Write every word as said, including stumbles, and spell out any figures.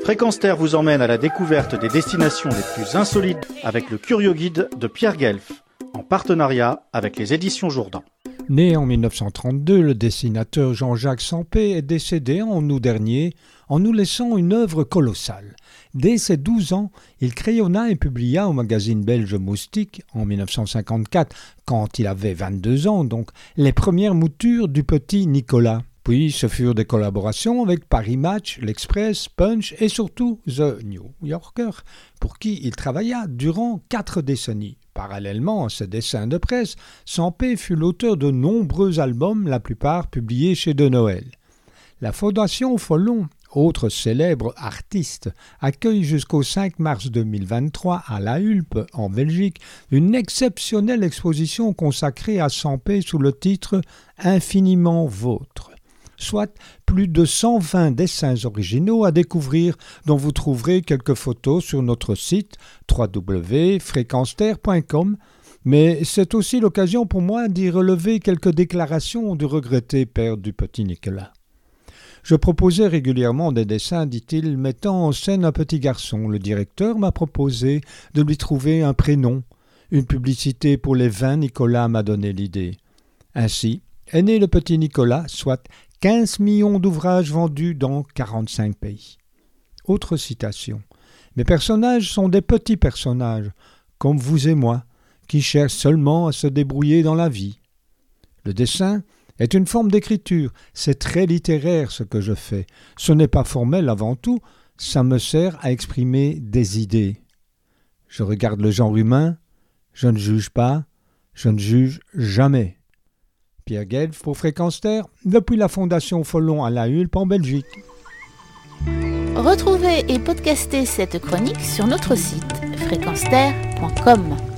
Fréquence Terre vous emmène à la découverte des destinations les plus insolites avec le Curio Guide de Pierre Guelf, en partenariat avec les éditions Jourdan. Né en mille neuf cent trente-deux, le dessinateur Jean-Jacques Sampé est décédé en août dernier en nous laissant une œuvre colossale. Dès ses douze ans, il crayonna et publia au magazine belge Moustique, en mille neuf cent cinquante-quatre, quand il avait vingt-deux ans donc, les premières moutures du petit Nicolas. Puis ce furent des collaborations avec Paris Match, l'Express, Punch et surtout The New Yorker, pour qui il travailla durant quatre décennies. Parallèlement à ses dessins de presse, Sampé fut l'auteur de nombreux albums, la plupart publiés chez De Noël. La Fondation Folon, autre célèbre artiste, accueille jusqu'au cinq mars deux mille vingt-trois à La Hulpe, en Belgique, une exceptionnelle exposition consacrée à Sampé sous le titre « Infiniment vôtre ». Soit plus de cent vingt dessins originaux à découvrir dont vous trouverez quelques photos sur notre site w w w point fréquence terre point com, mais c'est aussi l'occasion pour moi d'y relever quelques déclarations du regretté père du petit Nicolas. Je proposais régulièrement des dessins, dit-il, mettant en scène un petit garçon. Le directeur m'a proposé de lui trouver un prénom. Une publicité pour les vins Nicolas m'a donné l'idée. Ainsi est né le petit Nicolas, soit quinze millions d'ouvrages vendus dans quarante-cinq pays. Autre citation. Mes personnages sont des petits personnages, comme vous et moi, qui cherchent seulement à se débrouiller dans la vie. Le dessin est une forme d'écriture, c'est très littéraire ce que je fais. Ce n'est pas formel avant tout, ça me sert à exprimer des idées. Je regarde le genre humain, je ne juge pas, je ne juge jamais. Pierre Guelf pour Fréquence Terre, depuis la Fondation Folon à La Hulpe en Belgique. Retrouvez et podcastez cette chronique sur notre site fréquence terre point com.